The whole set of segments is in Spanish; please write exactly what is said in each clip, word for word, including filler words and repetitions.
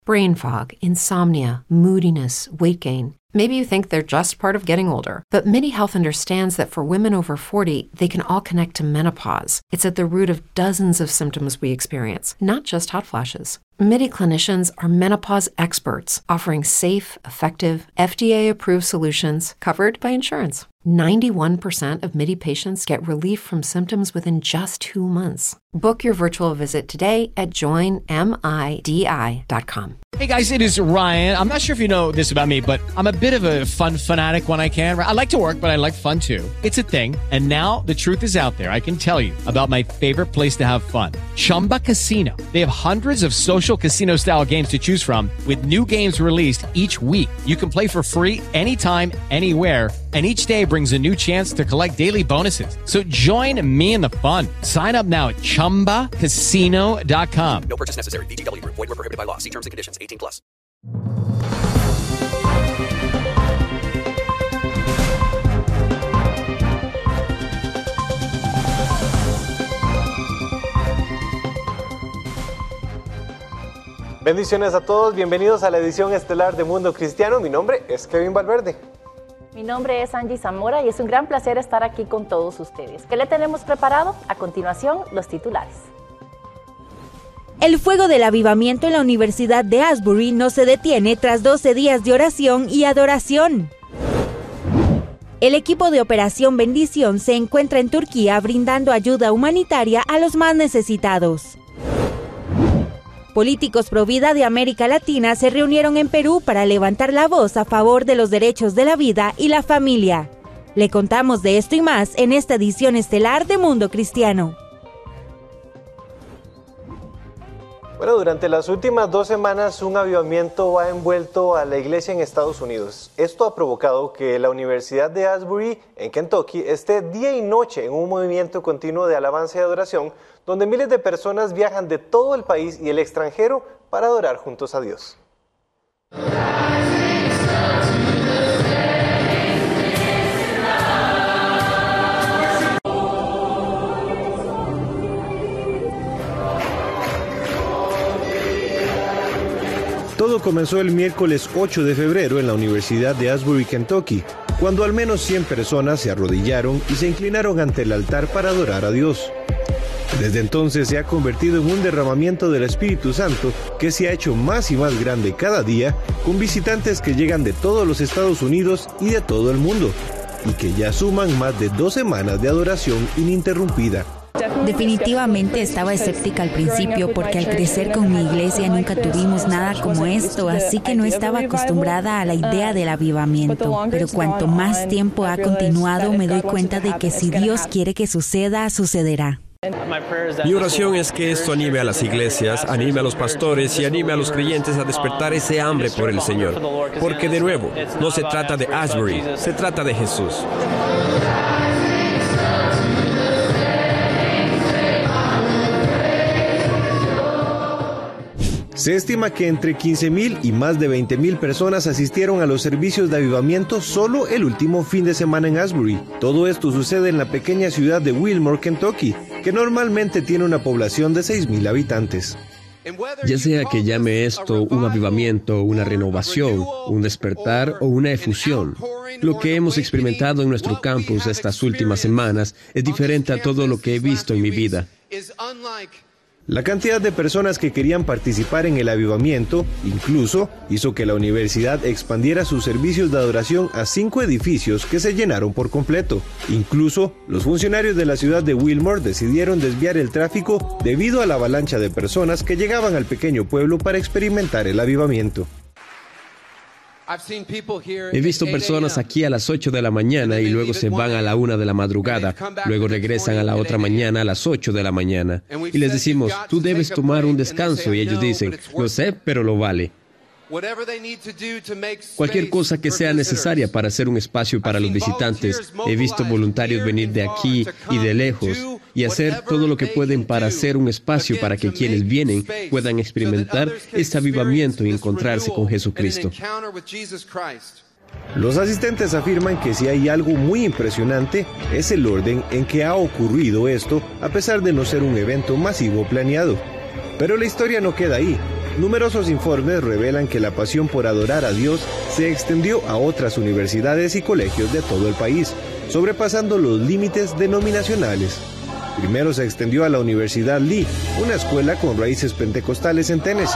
Brain fog, insomnia, moodiness, weight gain. Maybe you think they're just part of getting older, but MIDI Health understands that for women over forty, they can all connect to menopause. It's at the root of dozens of symptoms we experience, not just hot flashes. MIDI clinicians are menopause experts, offering safe, effective, F D A-approved solutions covered by insurance. ninety-one percent of MIDI patients get relief from symptoms within just two months. Book your virtual visit today at join midi dot com. Hey guys, it is Ryan. I'm not sure if you know this about me, but I'm a bit of a fun fanatic when I can. I like to work, but I like fun too. It's a thing. And now the truth is out there. I can tell you about my favorite place to have fun. Chumba Casino. They have hundreds of social casino style games to choose from with new games released each week. You can play for free anytime, anywhere. And each day brings a new chance to collect daily bonuses. So join me in the fun. Sign up now at chumba casino dot com. No purchase necessary. V G W. Void where prohibited by law. See terms and conditions. eighteen plus. Bendiciones a todos, bienvenidos a la edición estelar de Mundo Cristiano. Mi nombre es Kevin Valverde. Mi nombre es Angie Zamora y es un gran placer estar aquí con todos ustedes. ¿Qué le tenemos preparado? A continuación, los titulares. El fuego del avivamiento en la Universidad de Asbury no se detiene tras doce días de oración y adoración. El equipo de Operación Bendición se encuentra en Turquía brindando ayuda humanitaria a los más necesitados. Políticos pro vida de América Latina se reunieron en Perú para levantar la voz a favor de los derechos de la vida y la familia. Le contamos de esto y más en esta edición estelar de Mundo Cristiano. Bueno, durante las últimas dos semanas un avivamiento ha envuelto a la iglesia en Estados Unidos. Esto ha provocado que la Universidad de Asbury, en Kentucky, esté día y noche en un movimiento continuo de alabanza y adoración, donde miles de personas viajan de todo el país y el extranjero para adorar juntos a Dios. Todo comenzó el miércoles ocho de febrero en la Universidad de Asbury, Kentucky, cuando al menos cien personas se arrodillaron y se inclinaron ante el altar para adorar a Dios. Desde entonces se ha convertido en un derramamiento del Espíritu Santo que se ha hecho más y más grande cada día, con visitantes que llegan de todos los Estados Unidos y de todo el mundo, y que ya suman más de dos semanas de adoración ininterrumpida. Definitivamente estaba escéptica al principio porque al crecer con mi iglesia nunca tuvimos nada como esto, así que no estaba acostumbrada a la idea del avivamiento. Pero cuanto más tiempo ha continuado, me doy cuenta de que si Dios quiere que suceda, sucederá. Mi oración es que esto anime a las iglesias, anime a los pastores y anime a los creyentes a despertar ese hambre por el Señor. Porque de nuevo, no se trata de Asbury, se trata de Jesús. Se estima que entre quince mil y más de veinte mil personas asistieron a los servicios de avivamiento solo el último fin de semana en Asbury. Todo esto sucede en la pequeña ciudad de Wilmore, Kentucky, que normalmente tiene una población de seis mil habitantes. Ya sea que llame esto un avivamiento, una renovación, un despertar o una efusión, lo que hemos experimentado en nuestro campus estas últimas semanas es diferente a todo lo que he visto en mi vida. La cantidad de personas que querían participar en el avivamiento incluso hizo que la universidad expandiera sus servicios de adoración a cinco edificios que se llenaron por completo. Incluso, los funcionarios de la ciudad de Wilmore decidieron desviar el tráfico debido a la avalancha de personas que llegaban al pequeño pueblo para experimentar el avivamiento. He visto personas aquí a las ocho de la mañana y luego se van a la una de la madrugada, luego regresan a la otra mañana a las ocho de la mañana. Y les decimos, tú debes tomar un descanso, y ellos dicen, lo sé, pero lo vale. Cualquier cosa que sea necesaria para hacer un espacio para los visitantes. He visto voluntarios venir de aquí y de lejos y hacer todo lo que pueden para hacer un espacio para que quienes vienen puedan experimentar este avivamiento y encontrarse con Jesucristo. Los asistentes afirman que si hay algo muy impresionante es el orden en que ha ocurrido esto, a pesar de no ser un evento masivo planeado. Pero la historia no queda ahí. Numerosos informes revelan que la pasión por adorar a Dios se extendió a otras universidades y colegios de todo el país, sobrepasando los límites denominacionales. Primero se extendió a la Universidad Lee, una escuela con raíces pentecostales en Tennessee.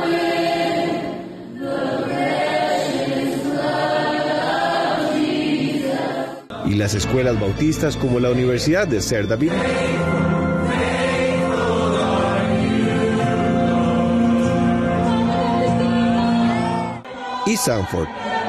Y las escuelas bautistas como la Universidad de Ser David y Sanford.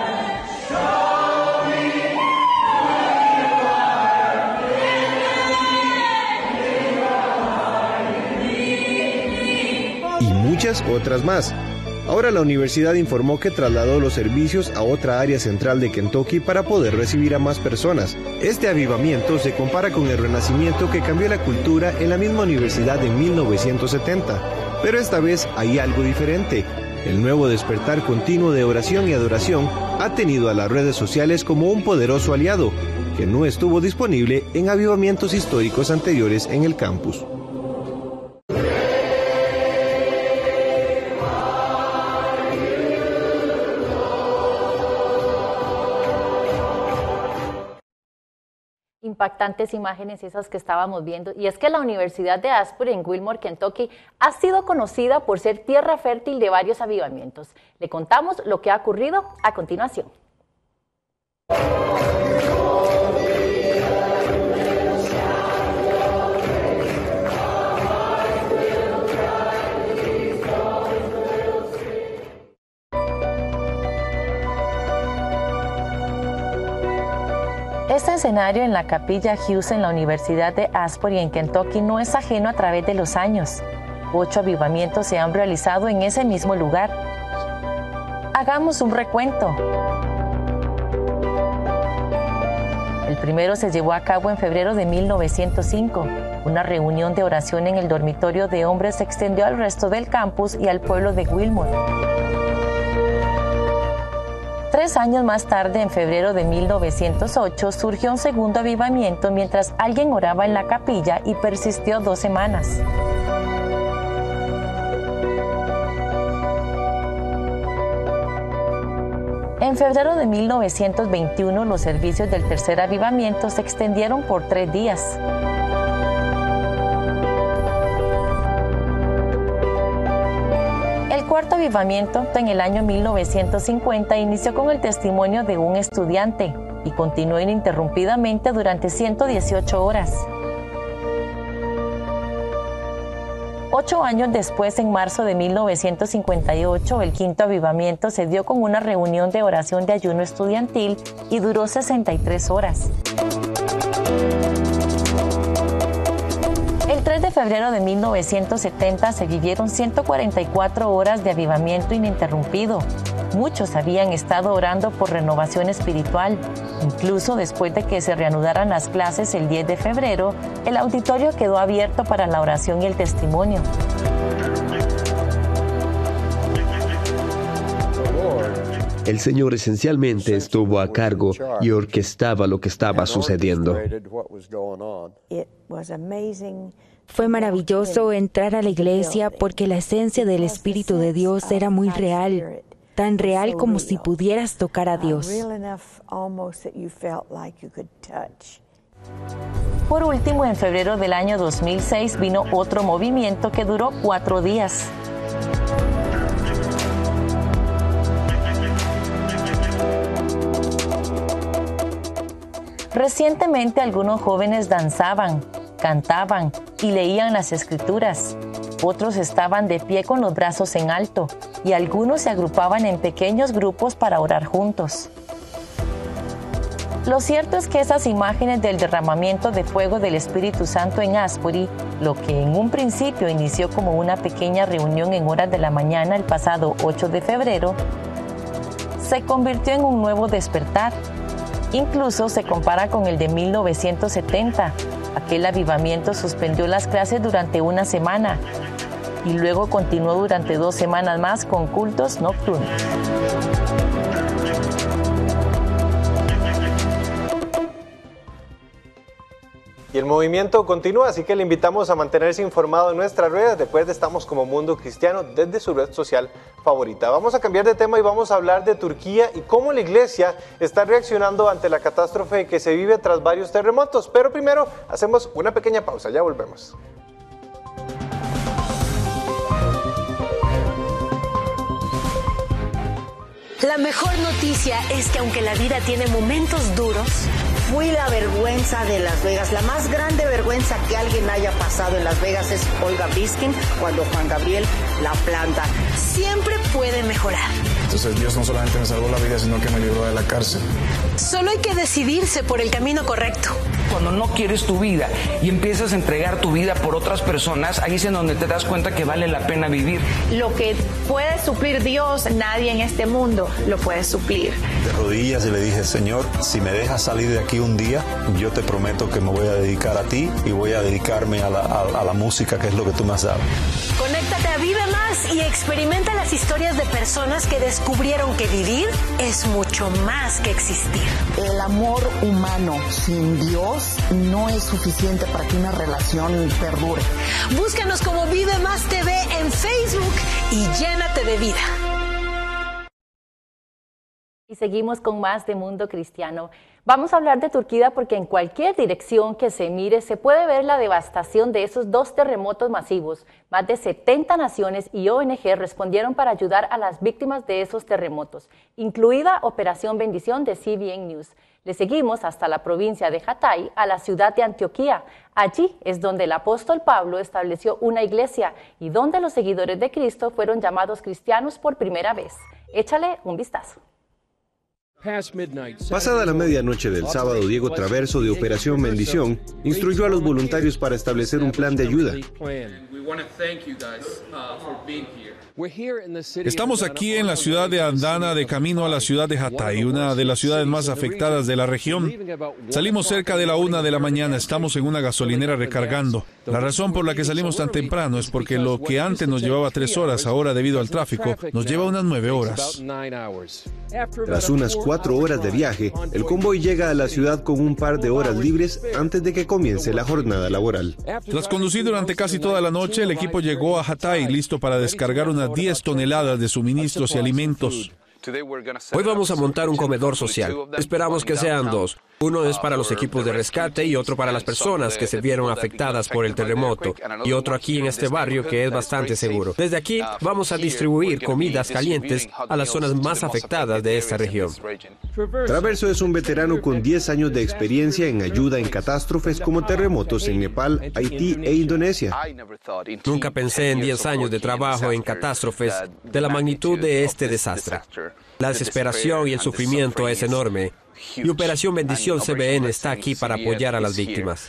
Y muchas otras más. Ahora la universidad informó que trasladó los servicios a otra área central de Kentucky para poder recibir a más personas. Este avivamiento se compara con el renacimiento que cambió la cultura en la misma universidad en mil novecientos setenta. Pero esta vez hay algo diferente. El nuevo despertar continuo de oración y adoración ha tenido a las redes sociales como un poderoso aliado, que no estuvo disponible en avivamientos históricos anteriores en el campus. Impactantes imágenes esas que estábamos viendo, y es que la Universidad de Asbury en Wilmore, Kentucky, ha sido conocida por ser tierra fértil de varios avivamientos. Le contamos lo que ha ocurrido a continuación. Este escenario en la Capilla Hughes en la Universidad de Asbury en Kentucky no es ajeno a través de los años. Ocho avivamientos se han realizado en ese mismo lugar. Hagamos un recuento. El primero se llevó a cabo en febrero de mil novecientos cinco. Una reunión de oración en el dormitorio de hombres se extendió al resto del campus y al pueblo de Wilmore. Tres años más tarde, en febrero de mil novecientos ocho, surgió un segundo avivamiento mientras alguien oraba en la capilla y persistió dos semanas. En febrero de mil novecientos veintiuno, los servicios del tercer avivamiento se extendieron por tres días. El cuarto avivamiento, en el año mil novecientos cincuenta, inició con el testimonio de un estudiante y continuó ininterrumpidamente durante ciento dieciocho horas. Ocho años después, en marzo de mil novecientos cincuenta y ocho, el quinto avivamiento se dio con una reunión de oración de ayuno estudiantil y duró sesenta y tres horas. El tres de febrero de mil novecientos setenta se vivieron ciento cuarenta y cuatro horas de avivamiento ininterrumpido. Muchos habían estado orando por renovación espiritual. Incluso después de que se reanudaran las clases el diez de febrero, el auditorio quedó abierto para la oración y el testimonio. El Señor esencialmente estuvo a cargo y orquestaba lo que estaba sucediendo. Fue maravilloso entrar a la iglesia porque la esencia del Espíritu de Dios era muy real, tan real como si pudieras tocar a Dios. Por último, en febrero del año dos mil seis vino otro movimiento que duró cuatro días. Recientemente algunos jóvenes danzaban, cantaban y leían las escrituras. Otros estaban de pie con los brazos en alto y algunos se agrupaban en pequeños grupos para orar juntos. Lo cierto es que esas imágenes del derramamiento de fuego del Espíritu Santo en Asbury, lo que en un principio inició como una pequeña reunión en horas de la mañana el pasado ocho de febrero, se convirtió en un nuevo despertar. Incluso se compara con el de mil novecientos setenta. Aquel avivamiento suspendió las clases durante una semana y luego continuó durante dos semanas más con cultos nocturnos. Y el movimiento continúa, así que le invitamos a mantenerse informado en nuestras redes. Recuerde, estamos como Mundo Cristiano desde su red social favorita. Vamos a cambiar de tema y vamos a hablar de Turquía y cómo la iglesia está reaccionando ante la catástrofe que se vive tras varios terremotos. Pero primero hacemos una pequeña pausa, ya volvemos. La mejor noticia es que aunque la vida tiene momentos duros, fui la vergüenza de Las Vegas. La más grande vergüenza que alguien haya pasado en Las Vegas es Olga Biskin cuando Juan Gabriel la planta. Siempre puede mejorar. Entonces Dios no solamente me salvó la vida, sino que me libró de la cárcel. Solo hay que decidirse por el camino correcto. Cuando no quieres tu vida y empiezas a entregar tu vida por otras personas, ahí es en donde te das cuenta que vale la pena vivir. Lo que puede suplir Dios, nadie en este mundo lo puede suplir. De rodillas y le dije, Señor, si me dejas salir de aquí un día, yo te prometo que me voy a dedicar a ti y voy a dedicarme a la, a, a la música, que es lo que tú me has dado. Conéctate a Vive Más y experimenta las historias de personas que descubrieron que vivir es mucho más que existir. El amor humano sin Dios no es suficiente para que una relación perdure. Búscanos como Vive Más T V en Facebook y llénate de vida. Y seguimos con más de Mundo Cristiano. Vamos a hablar de Turquía porque en cualquier dirección que se mire se puede ver la devastación de esos dos terremotos masivos. Más de setenta naciones y O N G respondieron para ayudar a las víctimas de esos terremotos, incluida Operación Bendición de C B N News. Le seguimos hasta la provincia de Hatay, a la ciudad de Antioquía. Allí es donde el apóstol Pablo estableció una iglesia y donde los seguidores de Cristo fueron llamados cristianos por primera vez. Échale un vistazo. Pasada la medianoche del sábado, Diego Traverso de Operación Bendición instruyó a los voluntarios para establecer un plan de ayuda. Estamos aquí en la ciudad de Adana, de camino a la ciudad de Hatay, una de las ciudades más afectadas de la región. Salimos cerca de la una de la mañana, estamos en una gasolinera recargando. La razón por la que salimos tan temprano es porque lo que antes nos llevaba tres horas, ahora debido al tráfico, nos lleva unas nueve horas. Tras unas cuatro horas de viaje, el convoy llega a la ciudad con un par de horas libres antes de que comience la jornada laboral. Tras conducir durante casi toda la noche, el equipo llegó a Hatay listo para descargar unas diez toneladas de suministros y alimentos. Hoy vamos a montar un comedor social. Esperamos que sean dos. Uno es para los equipos de rescate y otro para las personas que se vieron afectadas por el terremoto. Y otro aquí en este barrio que es bastante seguro. Desde aquí vamos a distribuir comidas calientes a las zonas más afectadas de esta región. Traverso es un veterano con diez años de experiencia en ayuda en catástrofes como terremotos en Nepal, Haití e Indonesia. Nunca pensé en diez años de trabajo en catástrofes de la magnitud de este desastre. La desesperación y el sufrimiento es enorme. Y Operación Bendición C B N está aquí para apoyar a las víctimas.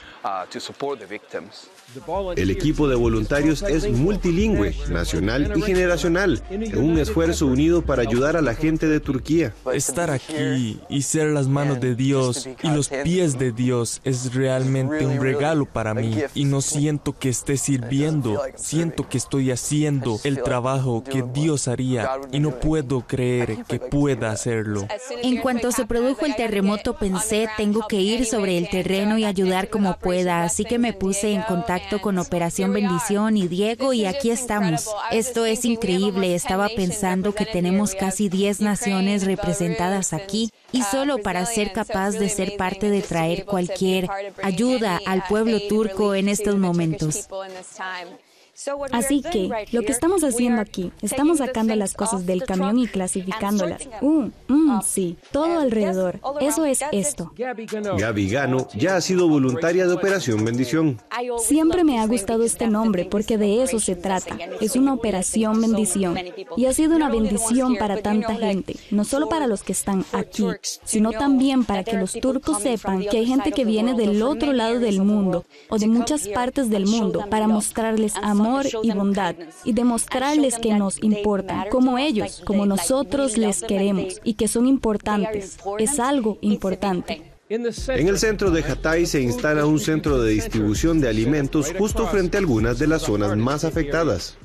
El equipo de voluntarios es multilingüe, nacional y generacional, en un esfuerzo unido para ayudar a la gente de Turquía. Estar aquí y ser las manos de Dios y los pies de Dios es realmente un regalo para mí y no siento que esté sirviendo, siento que estoy haciendo el trabajo que Dios haría y no puedo creer que pueda hacerlo. En cuanto se produjo el terremoto pensé, tengo que ir sobre el terreno y ayudar como pueda, así que me puse en contacto con Operación Bendición y Diego y aquí estamos. Esto es increíble, estaba pensando que tenemos casi diez naciones representadas aquí y solo para ser capaz de ser parte de traer cualquier ayuda al pueblo turco en estos momentos. Así que, lo que estamos haciendo aquí, estamos sacando las cosas del camión y clasificándolas. Uh, mm, sí, todo alrededor. Eso es esto. Gaby Gano ya ha sido voluntaria de Operación Bendición. Siempre me ha gustado este nombre porque de eso se trata. Es una Operación Bendición. Y ha sido una bendición para tanta gente, no solo para los que están aquí, sino también para que los turcos sepan que hay gente que viene del otro lado del mundo o de muchas partes del mundo para mostrarles amor y bondad y demostrarles que nos importan, como ellos, como nosotros les queremos y que son importantes. Es algo importante. En el centro de Hatay se instala un centro de distribución de alimentos justo frente a algunas de las zonas más afectadas.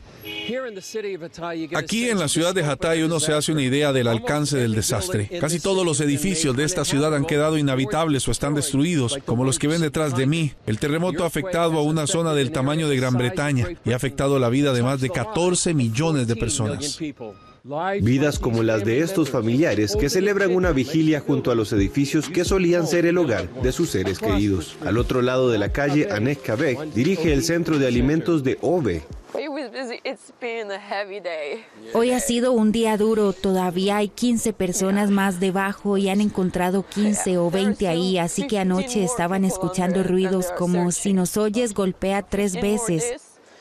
Aquí en la ciudad de Hatay uno se hace una idea del alcance del desastre. Casi todos los edificios de esta ciudad han quedado inhabitables o están destruidos, como los que ven detrás de mí. El terremoto ha afectado a una zona del tamaño de Gran Bretaña y ha afectado la vida de más de catorce millones de personas. Vidas como las de estos familiares que celebran una vigilia junto a los edificios que solían ser el hogar de sus seres queridos. Al otro lado de la calle, Anek Kabek dirige el centro de alimentos de Obe. Hoy ha sido un día duro, todavía hay quince personas más debajo y han encontrado quince o veinte ahí, así que anoche estaban escuchando ruidos como si nos oyes golpea tres veces.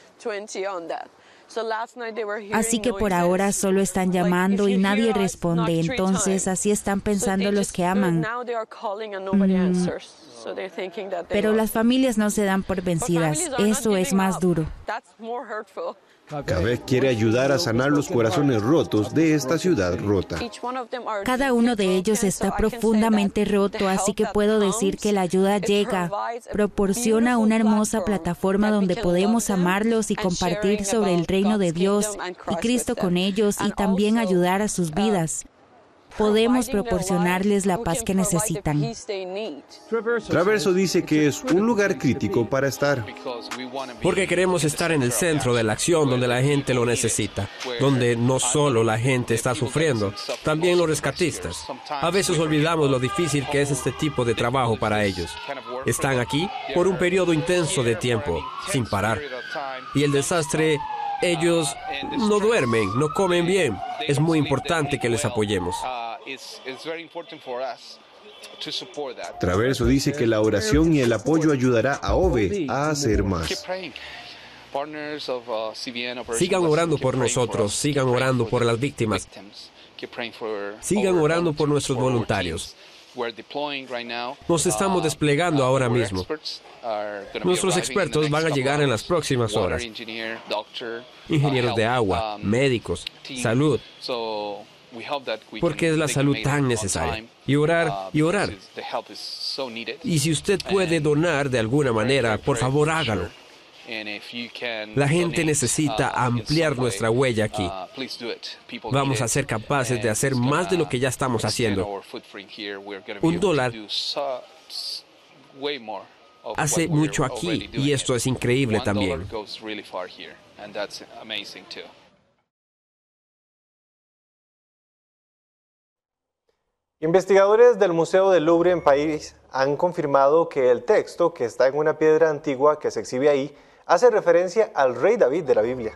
Así que por ahora solo están llamando y nadie responde, entonces así están pensando los que aman. Mm. Pero las familias no se dan por vencidas, eso es más duro. Kabek quiere ayudar a sanar los corazones rotos de esta ciudad rota. Cada uno de ellos está profundamente roto, así que puedo decir que la ayuda llega. Proporciona una hermosa plataforma donde podemos amarlos y compartir sobre el reino de Dios y Cristo con ellos y también ayudar a sus vidas. Podemos proporcionarles la paz que necesitan. Traverso dice que es un lugar crítico para estar. Porque queremos estar en el centro de la acción donde la gente lo necesita, donde no solo la gente está sufriendo, también los rescatistas. A veces olvidamos lo difícil que es este tipo de trabajo para ellos. Están aquí por un periodo intenso de tiempo, sin parar. Y el desastre, ellos no duermen, no comen bien. Es muy importante que les apoyemos. Traverso dice que la oración y el apoyo ayudará a Obe a hacer más. Sigan orando por nosotros, sigan orando por las víctimas, sigan orando por nuestros voluntarios. Nos estamos desplegando ahora mismo. Nuestros expertos van a llegar en las próximas horas. Ingenieros de agua, médicos, salud. Porque es la salud tan necesaria. Y orar, y orar. Y si usted puede donar de alguna manera, por favor hágalo. La gente necesita ampliar nuestra huella aquí. Vamos a ser capaces de hacer más de lo que ya estamos haciendo. Un dólar hace mucho aquí y esto es increíble también. Investigadores del Museo del Louvre en París han confirmado que el texto que está en una piedra antigua que se exhibe ahí hace referencia al rey David de la Biblia.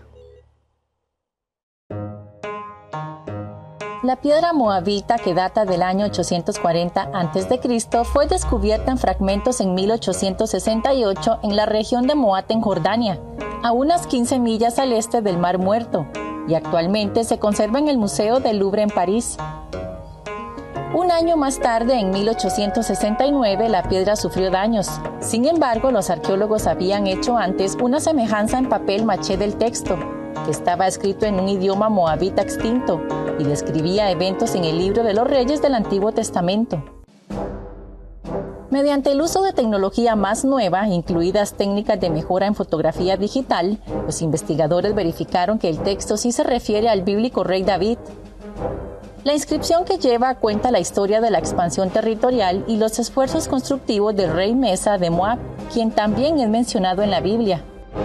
La piedra moabita, que data del año ochocientos cuarenta antes de Cristo, fue descubierta en fragmentos en mil ochocientos sesenta y ocho en la región de Moat en Jordania, a unas quince millas al este del Mar Muerto, y actualmente se conserva en el Museo del Louvre en París. Un año más tarde, en mil ochocientos sesenta y nueve, la piedra sufrió daños. Sin embargo, los arqueólogos habían hecho antes una semejanza en papel maché del texto, que estaba escrito en un idioma moabita extinto y describía eventos en el libro de los reyes del Antiguo Testamento. Mediante el uso de tecnología más nueva, incluidas técnicas de mejora en fotografía digital, los investigadores verificaron que el texto sí se refiere al bíblico rey David. La inscripción que lleva cuenta la historia de la expansión territorial y los esfuerzos constructivos del rey Mesa de Moab, quien también es mencionado en la Biblia.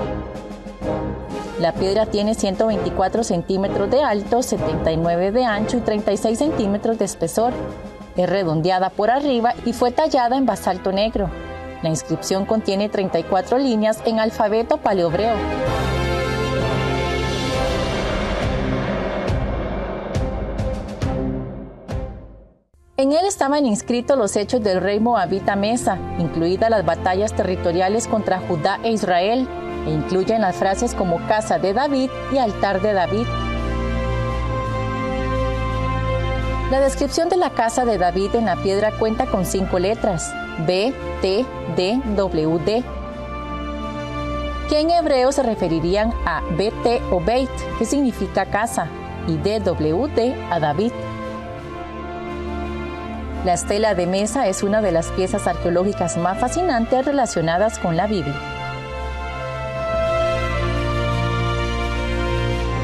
La piedra tiene ciento veinticuatro centímetros de alto, setenta y nueve de ancho y treinta y seis centímetros de espesor. Es redondeada por arriba y fue tallada en basalto negro. La inscripción contiene treinta y cuatro líneas en alfabeto paleohebreo. En él estaban inscritos los hechos del rey moabita Mesa, incluidas las batallas territoriales contra Judá e Israel, e incluyen las frases como casa de David y altar de David. La descripción de la casa de David en la piedra cuenta con cinco letras, B, T, D, W, D, que en hebreo se referirían a B T o Beit, que significa casa, y D W D a David. La estela de Mesa es una de las piezas arqueológicas más fascinantes relacionadas con la Biblia.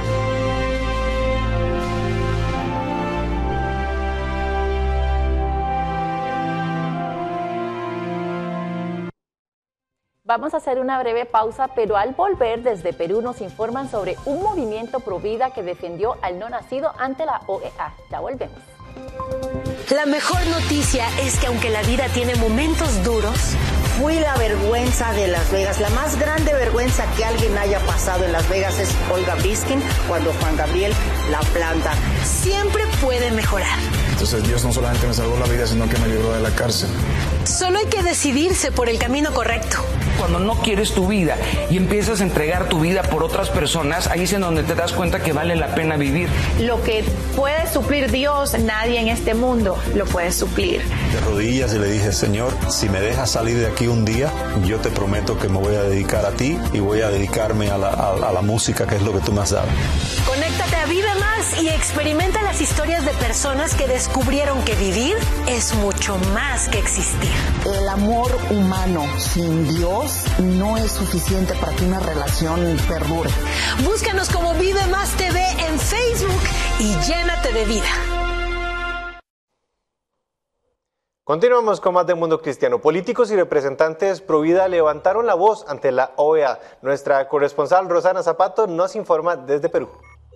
Vamos a hacer una breve pausa, pero al volver desde Perú nos informan sobre un movimiento pro vida que defendió al no nacido ante la O E A. Ya volvemos. La mejor noticia es que aunque la vida tiene momentos duros, fui la vergüenza de Las Vegas. La más grande vergüenza que alguien haya pasado en Las Vegas es Olga Biskin cuando Juan Gabriel la planta. Siempre puede mejorar. Entonces Dios no solamente me salvó la vida, sino que me libró de la cárcel. Solo hay que decidirse por el camino correcto. Cuando no quieres tu vida y empiezas a entregar tu vida por otras personas, ahí es en donde te das cuenta que vale la pena vivir. Lo que puede suplir Dios, nadie en este mundo lo puede suplir. De rodillas y le dije, Señor, si me dejas salir de aquí un día, yo te prometo que me voy a dedicar a ti y voy a dedicarme a la, a, a la música, que es lo que tú me has dado. Conéctate a Vive Más y experimenta las historias de personas que descubrieron que vivir es mucho más que existir. El amor humano sin Dios no es suficiente para que una relación perdure. Búscanos como Vive Más T V en Facebook y llénate de vida. Continuamos con más de Mundo Cristiano. Políticos y representantes pro vida levantaron la voz ante la O E A. Nuestra corresponsal Rosana Zapato nos informa desde Perú.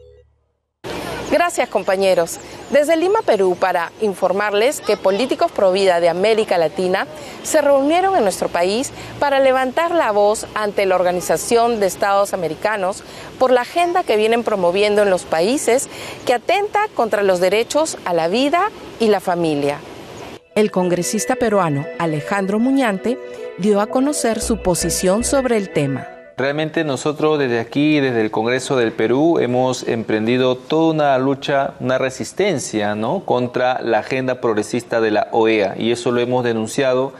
Gracias, compañeros. Desde Lima, Perú, para informarles que políticos pro vida de América Latina se reunieron en nuestro país para levantar la voz ante la Organización de Estados Americanos por la agenda que vienen promoviendo en los países que atenta contra los derechos a la vida y la familia. El congresista peruano Alejandro Muñante dio a conocer su posición sobre el tema. Realmente nosotros desde aquí, desde el Congreso del Perú, hemos emprendido toda una lucha, una resistencia, ¿no?, contra la agenda progresista de la O E A, y eso lo hemos denunciado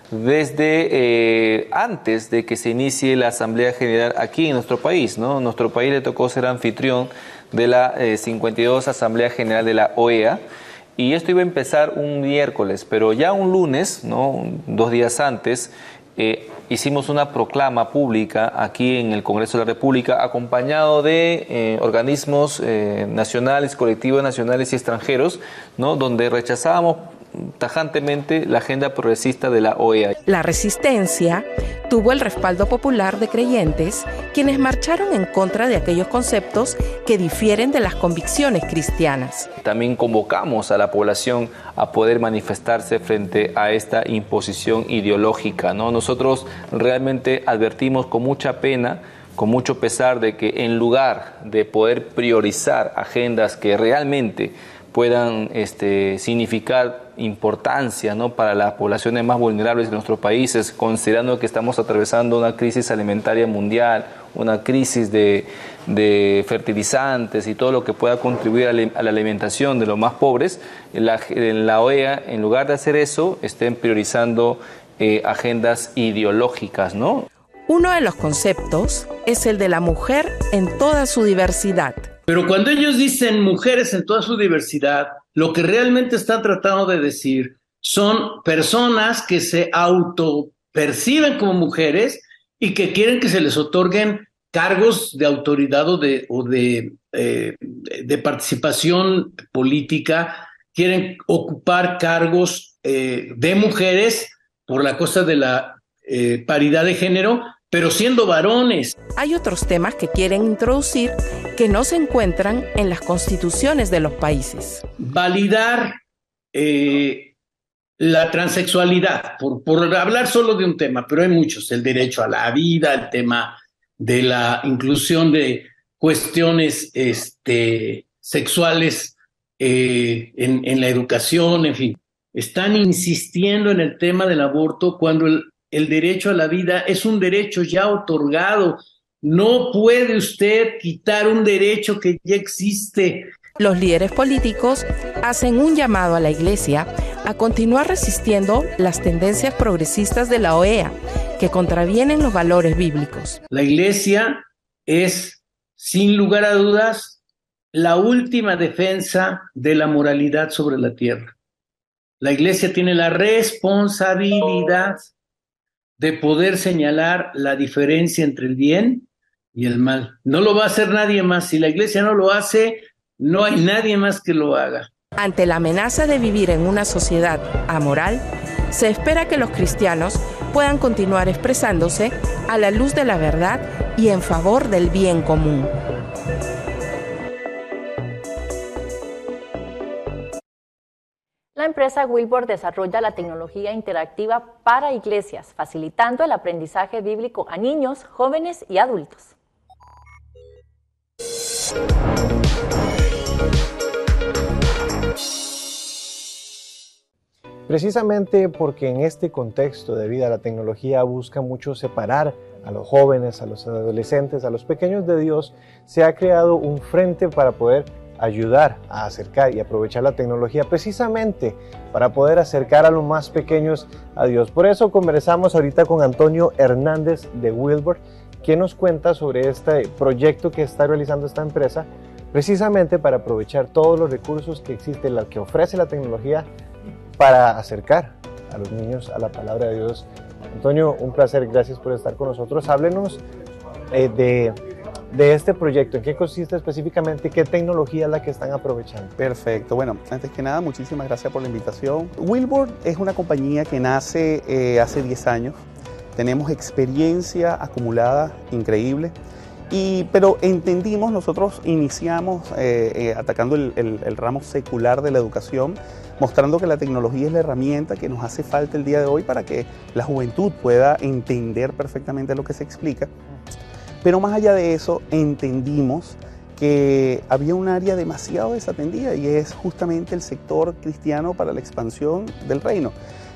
desde eh, antes de que se inicie la Asamblea General aquí en nuestro país, ¿no? Nuestro país le tocó ser anfitrión de la eh, cincuenta y dos Asamblea General de la O E A, y esto iba a empezar un miércoles, pero ya un lunes, ¿no?, dos días antes, eh, hicimos una proclama pública aquí en el Congreso de la República, acompañado de eh, organismos eh, nacionales, colectivos nacionales y extranjeros, ¿no?, donde rechazábamos tajantemente la agenda progresista de la O E A. La resistencia tuvo el respaldo popular de creyentes, quienes marcharon en contra de aquellos conceptos que difieren de las convicciones cristianas. También convocamos a la población a poder manifestarse frente a esta imposición ideológica, ¿no? Nosotros realmente advertimos con mucha pena, con mucho pesar, de que en lugar de poder priorizar agendas que realmente puedan este, significar importancia, ¿no?, para las poblaciones más vulnerables de nuestros países, considerando que estamos atravesando una crisis alimentaria mundial, una crisis de, de fertilizantes y todo lo que pueda contribuir a la, a la alimentación de los más pobres, la, la O E A, en lugar de hacer eso, estén priorizando eh, agendas ideológicas, ¿no? Uno de los conceptos es el de la mujer en toda su diversidad. Pero cuando ellos dicen mujeres en toda su diversidad, lo que realmente están tratando de decir son personas que se autoperciben como mujeres y que quieren que se les otorguen cargos de autoridad o de, o de, eh, de participación política, quieren ocupar cargos eh, de mujeres por la cosa de la eh, paridad de género, pero siendo varones. Hay otros temas que quieren introducir que no se encuentran en las constituciones de los países. Validar eh, la transexualidad, por, por hablar solo de un tema, pero hay muchos, el derecho a la vida, el tema de la inclusión de cuestiones este, sexuales eh, en, en la educación, en fin. Están insistiendo en el tema del aborto cuando el El derecho a la vida es un derecho ya otorgado. No puede usted quitar un derecho que ya existe. Los líderes políticos hacen un llamado a la Iglesia a continuar resistiendo las tendencias progresistas de la O E A, que contravienen los valores bíblicos. La Iglesia es, sin lugar a dudas, la última defensa de la moralidad sobre la tierra. La Iglesia tiene la responsabilidad de poder señalar la diferencia entre el bien y el mal. No lo va a hacer nadie más. Si la Iglesia no lo hace, no hay nadie más que lo haga. Ante la amenaza de vivir en una sociedad amoral, se espera que los cristianos puedan continuar expresándose a la luz de la verdad y en favor del bien común. La empresa Wilbur desarrolla la tecnología interactiva para iglesias, facilitando el aprendizaje bíblico a niños, jóvenes y adultos. Precisamente porque en este contexto de vida la tecnología busca mucho separar a los jóvenes, a los adolescentes, a los pequeños de Dios, se ha creado un frente para poder ayudar a acercar y aprovechar la tecnología precisamente para poder acercar a los más pequeños a Dios. Por eso conversamos ahorita con Antonio Hernández de Wilbur, quien nos cuenta sobre este proyecto que está realizando esta empresa, precisamente para aprovechar todos los recursos que existen, la que ofrece la tecnología para acercar a los niños a la palabra de Dios. Antonio, un placer, gracias por estar con nosotros. Háblenos eh, de... de este proyecto, ¿en qué consiste específicamente? ¿Qué tecnología es la que están aprovechando? Perfecto, bueno, antes que nada, muchísimas gracias por la invitación. Wilbur es una compañía que nace eh, hace diez años, tenemos experiencia acumulada increíble, y, pero entendimos, nosotros iniciamos eh, eh, atacando el, el, el ramo secular de la educación, mostrando que la tecnología es la herramienta que nos hace falta el día de hoy para que la juventud pueda entender perfectamente lo que se explica. Pero más allá de eso, entendimos que había un área demasiado desatendida y es justamente el sector cristiano para la expansión del reino.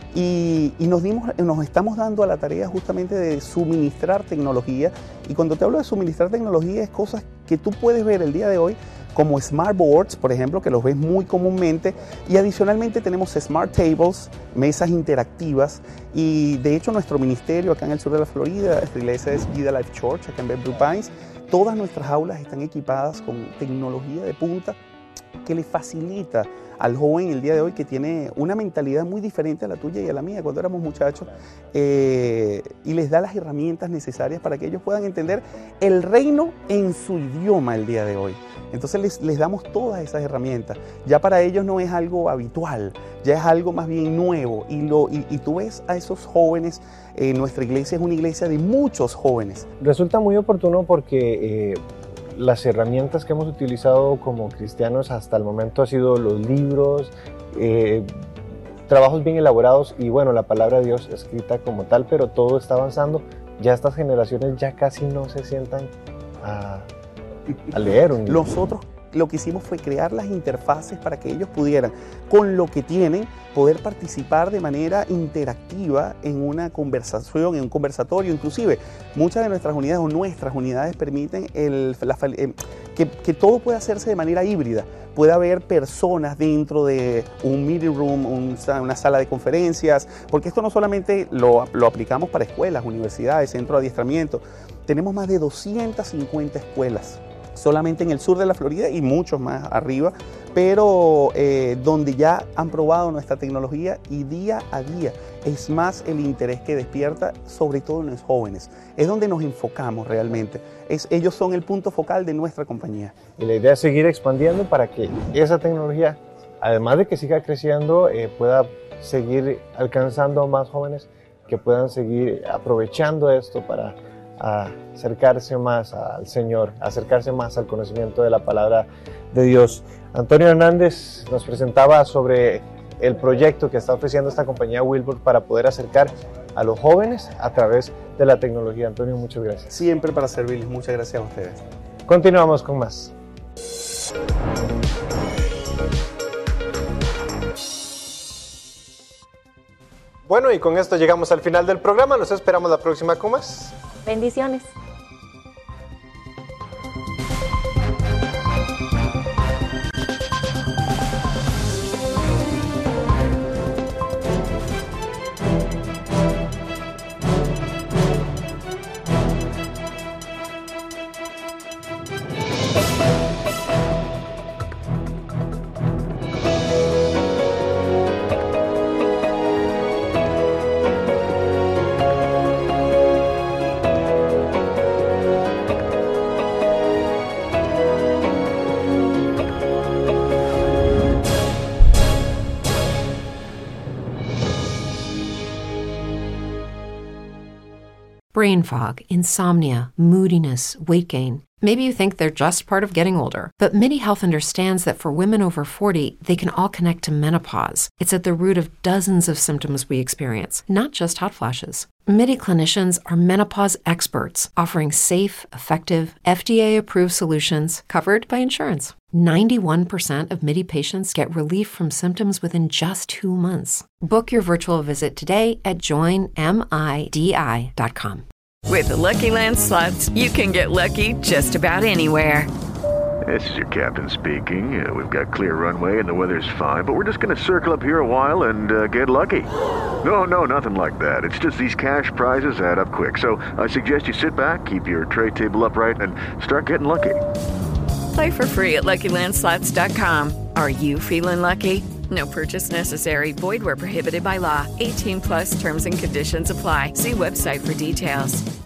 Y, y nos, dimos, nos estamos dando a la tarea justamente de suministrar tecnología. Y cuando te hablo de suministrar tecnología es cosas que tú puedes ver el día de hoy, como Smart Boards, por ejemplo, que los ves muy comúnmente, y adicionalmente tenemos Smart Tables, mesas interactivas, y de hecho nuestro ministerio acá en el sur de la Florida, esta iglesia es Vida Life Church, acá en Bellevue Pines, todas nuestras aulas están equipadas con tecnología de punta que le facilita al joven el día de hoy, que tiene una mentalidad muy diferente a la tuya y a la mía cuando éramos muchachos, eh, y les da las herramientas necesarias para que ellos puedan entender el reino en su idioma el día de hoy. Entonces les, les damos todas esas herramientas. Ya para ellos no es algo habitual, ya es algo más bien nuevo. Y, lo, y, y tú ves a esos jóvenes, eh, nuestra iglesia es una iglesia de muchos jóvenes. Resulta muy oportuno porque... Eh, las herramientas que hemos utilizado como cristianos hasta el momento han sido los libros, eh, trabajos bien elaborados y bueno, la palabra de Dios escrita como tal, pero todo está avanzando. Ya estas generaciones ya casi no se sientan a, a leer un libro. Nosotros lo que hicimos fue crear las interfaces para que ellos pudieran, con lo que tienen, poder participar de manera interactiva en una conversación, en un conversatorio. Inclusive, muchas de nuestras unidades o nuestras unidades permiten el, la, eh, que, que todo pueda hacerse de manera híbrida. Puede haber personas dentro de un meeting room, un, una sala de conferencias, porque esto no solamente lo, lo aplicamos para escuelas, universidades, centros de adiestramiento. Tenemos más de doscientas cincuenta escuelas solamente en el sur de la Florida y muchos más arriba, pero eh, donde ya han probado nuestra tecnología y día a día es más el interés que despierta, sobre todo en los jóvenes. Es donde nos enfocamos realmente. Es, ellos son el punto focal de nuestra compañía. Y la idea es seguir expandiendo para que esa tecnología, además de que siga creciendo, eh, pueda seguir alcanzando a más jóvenes que puedan seguir aprovechando esto para a acercarse más al Señor, acercarse más al conocimiento de la palabra de Dios. Antonio Hernández nos presentaba sobre el proyecto que está ofreciendo esta compañía Wilbur para poder acercar a los jóvenes a través de la tecnología. Antonio, muchas gracias. Siempre para servirles, muchas gracias a ustedes. Continuamos con más. Bueno, y con esto llegamos al final del programa. Los esperamos la próxima con más. Bendiciones. brain fog, insomnia, moodiness, weight gain. Maybe you think they're just part of getting older, but MIDI Health understands that for women over forty, they can all connect to menopause. It's at the root of dozens of symptoms we experience, not just hot flashes. MIDI clinicians are menopause experts, offering safe, effective, F D A-approved solutions covered by insurance. ninety-one percent of MIDI patients get relief from symptoms within just two months. Book your virtual visit today at join midi dot com. With the Lucky Land Slots, you can get lucky just about anywhere. This is your captain speaking. Uh, we've got clear runway and the weather's fine, but we're just going to circle up here a while and uh, get lucky. No, no, nothing like that. It's just these cash prizes add up quick. So I suggest you sit back, keep your tray table upright, and start getting lucky. Play for free at lucky land slots dot com. Are you feeling lucky? No purchase necessary. Void where prohibited by law. eighteen plus terms and conditions apply. See website for details.